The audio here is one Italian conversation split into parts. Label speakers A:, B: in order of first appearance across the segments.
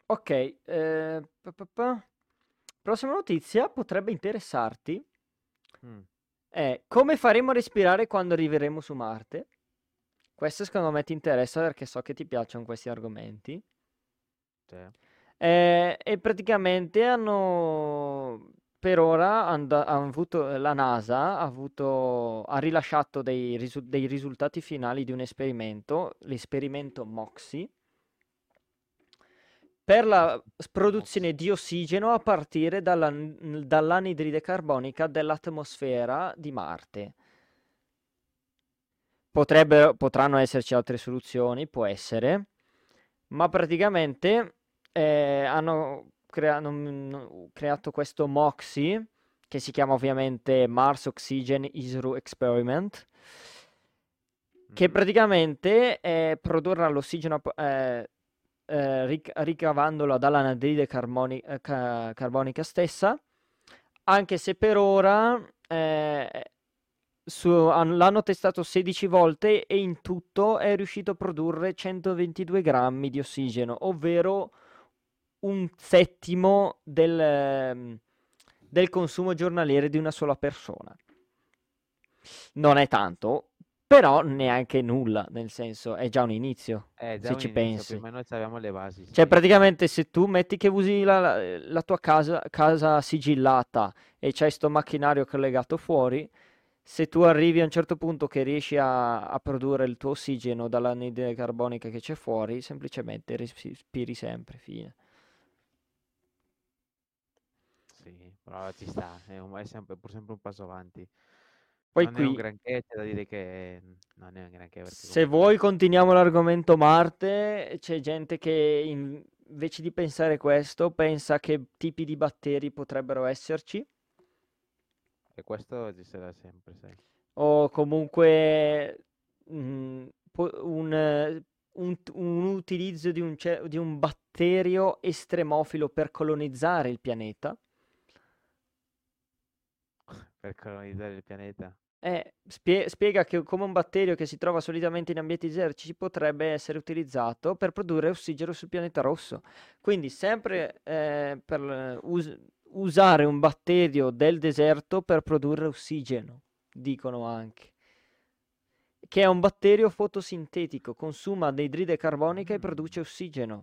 A: Ok, prossima notizia potrebbe interessarti.
B: Mm,
A: È come faremo a respirare quando arriveremo su Marte? Questo secondo me ti interessa perché so che ti piacciono questi argomenti.
B: sì.
A: E praticamente per ora hanno avuto, la NASA ha rilasciato dei risultati finali di un esperimento, l'esperimento MOXIE, per la
B: Mox.
A: produzione di ossigeno a partire dall'anidride carbonica dell'atmosfera di Marte. Potranno esserci altre soluzioni, può essere, ma praticamente hanno creato questo MOXIE, che si chiama ovviamente Mars Oxygen ISRU Experiment, che
B: Mhm.
A: praticamente produrrà l'ossigeno ricavandolo dall'anidride carbonica stessa, anche se per ora l'hanno testato 16 volte e in tutto è riuscito a produrre 122 grammi di ossigeno, ovvero un settimo del consumo giornaliero di una sola persona. Non è tanto, però neanche nulla, nel senso è già un inizio,
B: È già
A: se
B: un
A: ci
B: inizio, più o
A: pensi.
B: meno abbiamo le basi,
A: Cioè,
B: sì.
A: praticamente, se tu metti che usi la tua casa sigillata e c'hai sto macchinario collegato fuori, se tu arrivi a un certo punto che riesci a produrre il tuo ossigeno dall'anidride carbonica che c'è fuori, semplicemente respiri sempre, fine.
B: Sì, però ci sta, è sempre, pur sempre un passo avanti.
A: Poi
B: Non è un
A: qui,
B: granché, c'è da dire che non è un granché perché
A: se
B: comunque
A: vuoi, continuiamo l'argomento Marte. C'è gente che invece di pensare questo, pensa che tipi di batteri potrebbero esserci.
B: e questo ci sarà sempre, sai.
A: O comunque un utilizzo di un batterio estremofilo per colonizzare il pianeta.
B: Per colonizzare il pianeta.
A: Spiega che come un batterio che si trova solitamente in ambienti desertici potrebbe essere utilizzato per produrre ossigeno sul pianeta rosso. Quindi sempre per usare un batterio del deserto per produrre ossigeno, dicono anche. Che è un batterio fotosintetico, consuma anidride carbonica e produce
B: Mm,
A: ossigeno.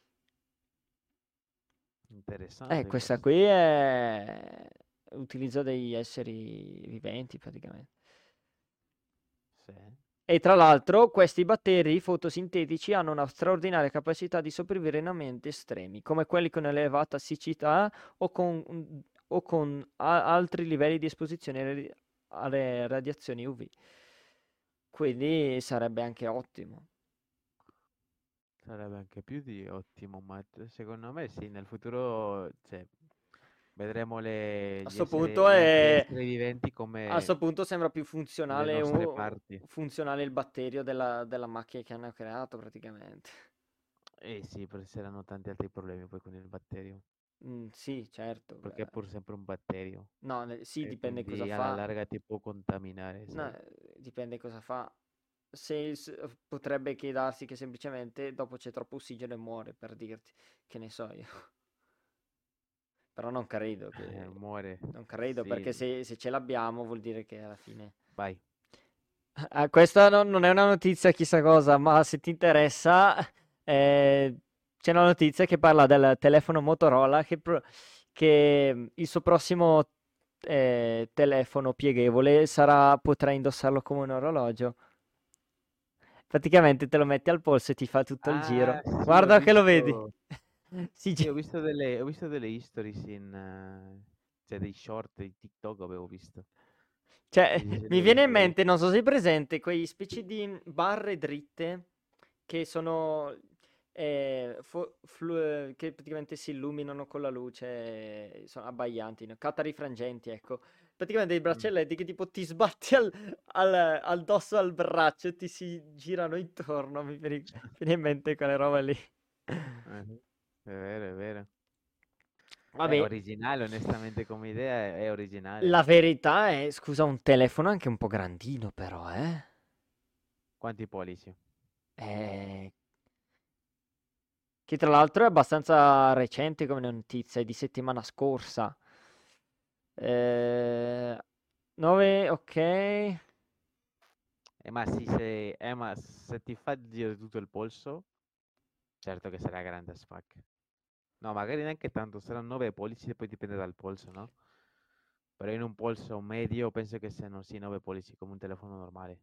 B: interessante
A: Questa
B: questo.
A: qui è utilizzo degli esseri viventi praticamente.
B: Sì.
A: E tra l'altro questi batteri fotosintetici hanno una straordinaria capacità di sopravvivere in ambienti estremi, come quelli con elevata siccità o con altri livelli di esposizione alle radiazioni UV. Quindi sarebbe anche ottimo.
B: Sarebbe anche più di ottimo, ma secondo me sì, nel futuro, cioè, vedremo
A: A
B: gli
A: sto
B: esseri,
A: punto
B: gli altri
A: è
B: esseri viventi
A: A
B: come
A: sto punto sembra più
B: le
A: funzionale,
B: nostre parti.
A: funzionale il batterio della macchina che hanno creato praticamente.
B: Eh sì, perché saranno tanti altri problemi poi con il batterio,
A: Sì, certo.
B: perché è pur sempre un batterio
A: No, sì,
B: e
A: dipende cosa
B: quindi alla
A: fa.
B: larga ti può contaminare,
A: No,
B: sai?
A: dipende cosa fa. Potrebbe che darsi che semplicemente dopo c'è troppo ossigeno e muore, per dirti. Che ne so io. Però non credo che...
B: Muore.
A: Non credo
B: Sì,
A: perché se ce l'abbiamo vuol dire che alla fine...
B: vai.
A: Questa non è una notizia chissà cosa, ma se ti interessa, eh, c'è una notizia che parla del telefono Motorola che il suo prossimo telefono pieghevole potrà indossarlo come un orologio. Praticamente te lo metti al polso e ti fa tutto il
B: Ah,
A: giro.
B: sì, ho
A: Guarda che lo vedi.
B: visto.
A: Si
B: Sì,
A: gi-
B: ho visto delle stories cioè dei short di TikTok avevo visto.
A: Cioè,
B: Che ci sono
A: mi
B: delle
A: viene in
B: storie.
A: mente, non so se hai presente, quei specie di barre dritte che sono, che praticamente si illuminano con la luce, sono abbaianti, no? Catarifrangenti, ecco. Praticamente dei
B: Mm.
A: braccialetti che tipo ti sbatti al dosso al braccio e ti si girano intorno, mi viene in mente quelle robe lì.
B: È vero, è vero. È
A: Vabbè,
B: originale, onestamente come idea è
A: la
B: originale.
A: verità è, scusa, un telefono anche un po' grandino però, eh?
B: Quanti pollici?
A: Eh, che tra l'altro è abbastanza recente come notizia, è di settimana scorsa. Eh, 9, ok.
B: Ma se ti fa il giro di tutto il polso, certo che sarà grande as fuck. No, magari neanche tanto, saranno 9 pollici e poi dipende dal polso, no? Però in un polso medio penso che siano sì 9 pollici come un telefono normale.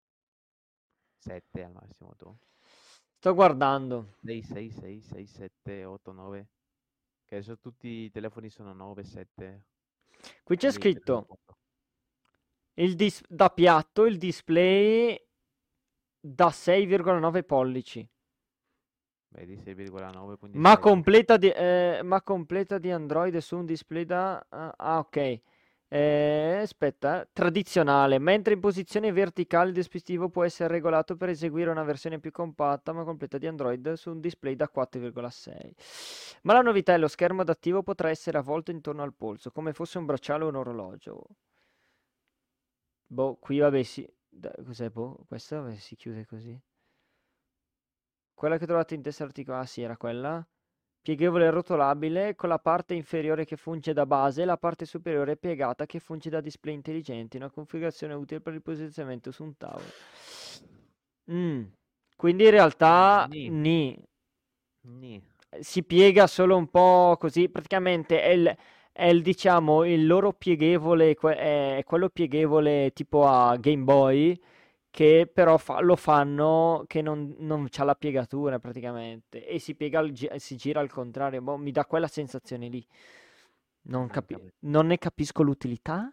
B: 7 al massimo tu.
A: Sto guardando.
B: 6, 6, 6, 6, 7, 8, 9. Che adesso tutti i telefoni sono 9, 7.
A: Qui c'è
B: Lì, credo
A: scritto
B: poco.
A: da piatto il display da 6,9 pollici.
B: Vedi 6,9, quindi
A: Ma
B: 7.
A: completa di Android su un display da... ok. Aspetta, tradizionale. Mentre in posizione verticale il dispositivo può essere regolato per eseguire una versione più compatta ma completa di Android su un display da 4,6. Ma la novità è lo schermo adattivo potrà essere avvolto intorno al polso, come fosse un bracciale o un orologio. Boh, qui vabbè sì. Cos'è, boh? Questa vabbè, si chiude così. Quella che trovate in testa articolare, ah sì, era quella. Pieghevole e rotolabile, con la parte inferiore che funge da base e la parte superiore piegata che funge da display intelligente, una configurazione utile per il posizionamento su un tavolo. Mm, Quindi in realtà
B: Nì, nì.
A: si piega solo un po' così, praticamente diciamo, il loro pieghevole, è quello pieghevole tipo a Game Boy, che però lo fanno che non c'ha la piegatura praticamente e si piega si gira al contrario. Boh, mi dà quella sensazione lì.
B: Capito.
A: Non ne capisco l'utilità.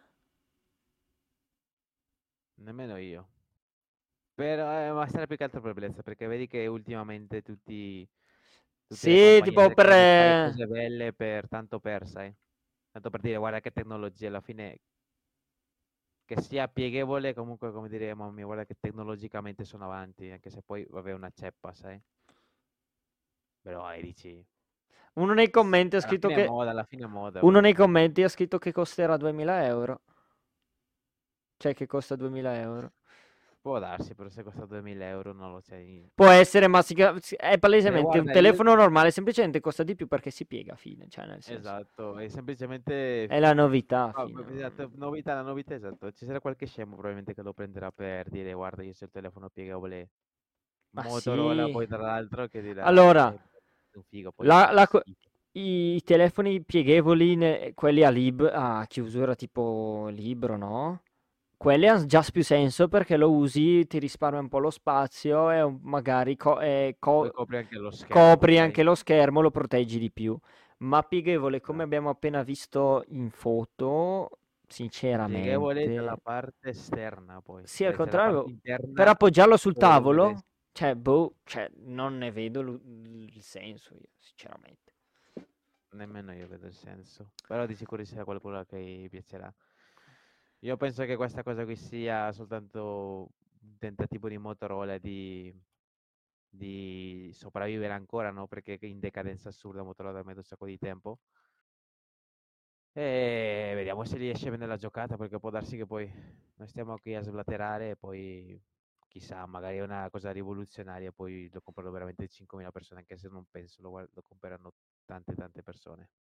B: Nemmeno io. Però ma sarà più che altro per bellezza, perché vedi che ultimamente tutte le
A: Sì,
B: compagnie
A: tipo per...
B: cercano di fare cose belle per tanto per, sai? Tanto per dire, guarda che tecnologia, alla fine che sia pieghevole, comunque come dire, mamma mia, guarda che tecnologicamente sono avanti, anche se poi vabbè una ceppa, sai? Però dici,
A: Uno nei commenti ha scritto che...
B: alla fine è moda,
A: Uno
B: bro.
A: nei commenti ha scritto che costerà 2000 euro. Cioè che costa 2000 euro.
B: Può darsi, però se costa 2000 euro non lo sai.
A: Può essere, ma è
B: Cioè,
A: palesemente un
B: guarda, io...
A: telefono normale, semplicemente costa di più perché si piega, fine, cioè nel senso.
B: Esatto, è semplicemente...
A: È la novità,
B: Ah,
A: fine.
B: esatto, novità, la novità, esatto. Ci sarà qualche scemo probabilmente che lo prenderà per dire, guarda, io c'ho il telefono piegabile
A: Ma
B: Motorola,
A: sì.
B: poi tra l'altro che dirà,
A: Allora,
B: un figo, poi
A: la-
B: fa
A: la co-
B: schifo.
A: i telefoni pieghevoli, quelli a chiusura tipo libro, no? Quelli hanno già più senso perché lo usi, ti risparmia un po' lo spazio e magari
B: Poi copri anche lo schermo,
A: copri
B: sai?
A: anche lo schermo, lo proteggi di più. Ma pieghevole, come
B: Esatto.
A: abbiamo appena visto in foto,
B: Pieghevole dalla
A: sinceramente,
B: parte esterna poi,
A: sì, al
B: cioè c'è la parte
A: contrario, per
B: interna
A: appoggiarlo sul
B: dove lo
A: tavolo,
B: dovresti.
A: cioè, boh, cioè, non ne vedo il senso io, sinceramente.
B: Nemmeno io vedo il senso, però di sicuro ci sarà qualcuno che gli piacerà. Io penso che questa cosa qui sia soltanto un tentativo di Motorola di sopravvivere ancora, no? Perché in decadenza assurda Motorola da ormai da un sacco di tempo. E vediamo se riesce a vendere la giocata, perché può darsi che poi noi stiamo qui a sblatterare e poi chissà, magari è una cosa rivoluzionaria e poi lo comprano veramente 5.000 persone, anche se non penso lo compreranno tante tante persone.